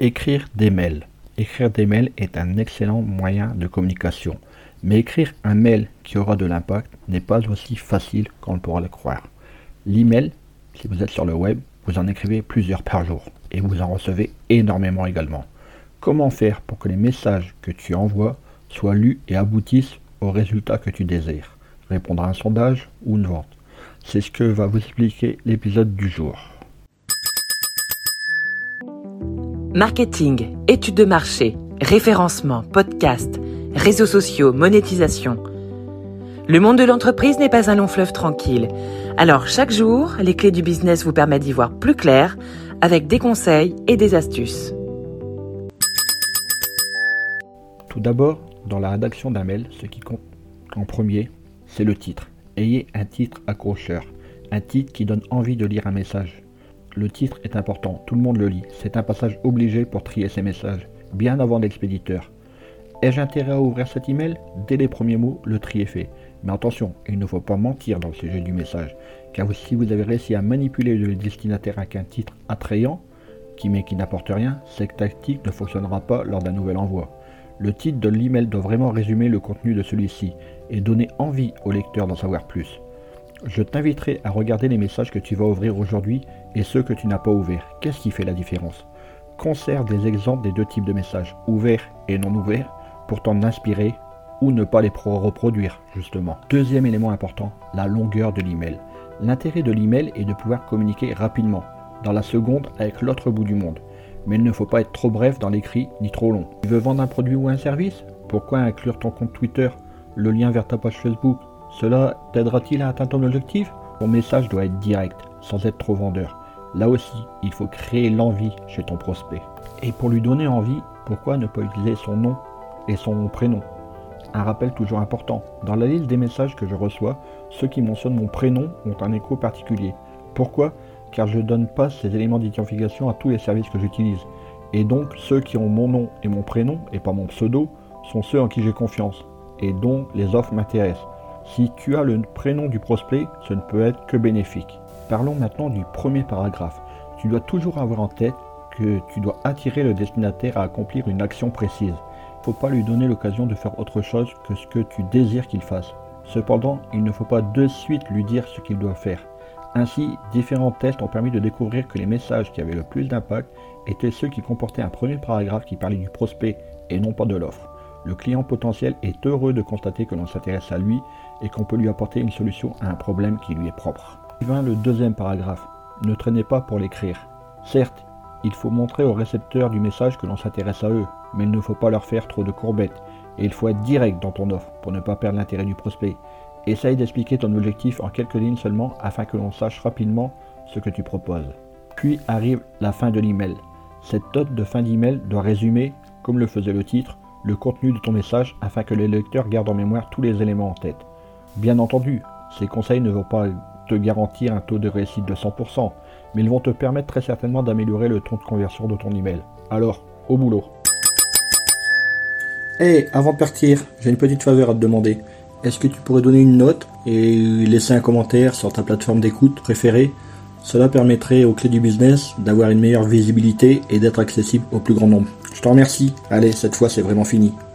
Écrire des mails. Écrire des mails est un excellent moyen de communication. Mais écrire un mail qui aura de l'impact n'est pas aussi facile qu'on pourra le croire. L'email, si vous êtes sur le web, vous en écrivez plusieurs par jour et vous en recevez énormément également. Comment faire pour que les messages que tu envoies soient lus et aboutissent au résultat que tu désires? Répondre à un sondage ou une vente? C'est ce que va vous expliquer l'épisode du jour. Marketing, études de marché, référencement, podcast, réseaux sociaux, monétisation. Le monde de l'entreprise n'est pas un long fleuve tranquille. Alors chaque jour, les clés du business vous permettent d'y voir plus clair avec des conseils et des astuces. Tout d'abord, dans la rédaction d'un mail, ce qui compte en premier, c'est le titre. Ayez un titre accrocheur, un titre qui donne envie de lire un message. Le titre est important, tout le monde le lit. C'est un passage obligé pour trier ces messages, bien avant l'expéditeur. Ai-je intérêt à ouvrir cet email? Dès les premiers mots, le tri est fait. Mais attention, il ne faut pas mentir dans le sujet du message, car si vous avez réussi à manipuler le destinataire avec un titre attrayant, qui n'apporte rien, cette tactique ne fonctionnera pas lors d'un nouvel envoi. Le titre de l'email doit vraiment résumer le contenu de celui-ci et donner envie au lecteur d'en savoir plus. Je t'inviterai à regarder les messages que tu vas ouvrir aujourd'hui et ceux que tu n'as pas ouverts. Qu'est-ce qui fait la différence? Conserve des exemples des deux types de messages, ouverts et non ouverts, pour t'en inspirer ou ne pas les reproduire, justement. Deuxième élément important, la longueur de l'email. L'intérêt de l'email est de pouvoir communiquer rapidement, dans la seconde avec l'autre bout du monde. Mais il ne faut pas être trop bref dans l'écrit, ni trop long. Tu veux vendre un produit ou un service? Pourquoi inclure ton compte Twitter, le lien vers ta page Facebook? Cela t'aidera-t-il à atteindre ton objectif? Ton message doit être direct, sans être trop vendeur. Là aussi, il faut créer l'envie chez ton prospect. Et pour lui donner envie, pourquoi ne pas utiliser son nom et son prénom? Un rappel toujours important. Dans la liste des messages que je reçois, ceux qui mentionnent mon prénom ont un écho particulier. Pourquoi? Car je ne donne pas ces éléments d'identification à tous les services que j'utilise. Et donc, ceux qui ont mon nom et mon prénom, et pas mon pseudo, sont ceux en qui j'ai confiance, et dont les offres m'intéressent. Si tu as le prénom du prospect, ce ne peut être que bénéfique. Parlons maintenant du premier paragraphe. Tu dois toujours avoir en tête que tu dois attirer le destinataire à accomplir une action précise. Il ne faut pas lui donner l'occasion de faire autre chose que ce que tu désires qu'il fasse. Cependant, il ne faut pas de suite lui dire ce qu'il doit faire. Ainsi, différents tests ont permis de découvrir que les messages qui avaient le plus d'impact étaient ceux qui comportaient un premier paragraphe qui parlait du prospect et non pas de l'offre. Le client potentiel est heureux de constater que l'on s'intéresse à lui et qu'on peut lui apporter une solution à un problème qui lui est propre. Vient le deuxième paragraphe. Ne traînez pas pour l'écrire. Certes, il faut montrer aux récepteurs du message que l'on s'intéresse à eux, mais il ne faut pas leur faire trop de courbettes. Et il faut être direct dans ton offre pour ne pas perdre l'intérêt du prospect. Essaye d'expliquer ton objectif en quelques lignes seulement afin que l'on sache rapidement ce que tu proposes. Puis arrive la fin de l'email. Cette note de fin d'email doit résumer, comme le faisait le titre, le contenu de ton message afin que les lecteurs gardent en mémoire tous les éléments en tête. Bien entendu, ces conseils ne vont pas te garantir un taux de réussite de 100%, mais ils vont te permettre très certainement d'améliorer le taux de conversion de ton email. Alors, au boulot. Hey, avant de partir, j'ai une petite faveur à te demander. Est-ce que tu pourrais donner une note et laisser un commentaire sur ta plateforme d'écoute préférée? Cela permettrait aux clés du business d'avoir une meilleure visibilité et d'être accessible au plus grand nombre. Je te remercie. Allez, cette fois c'est vraiment fini.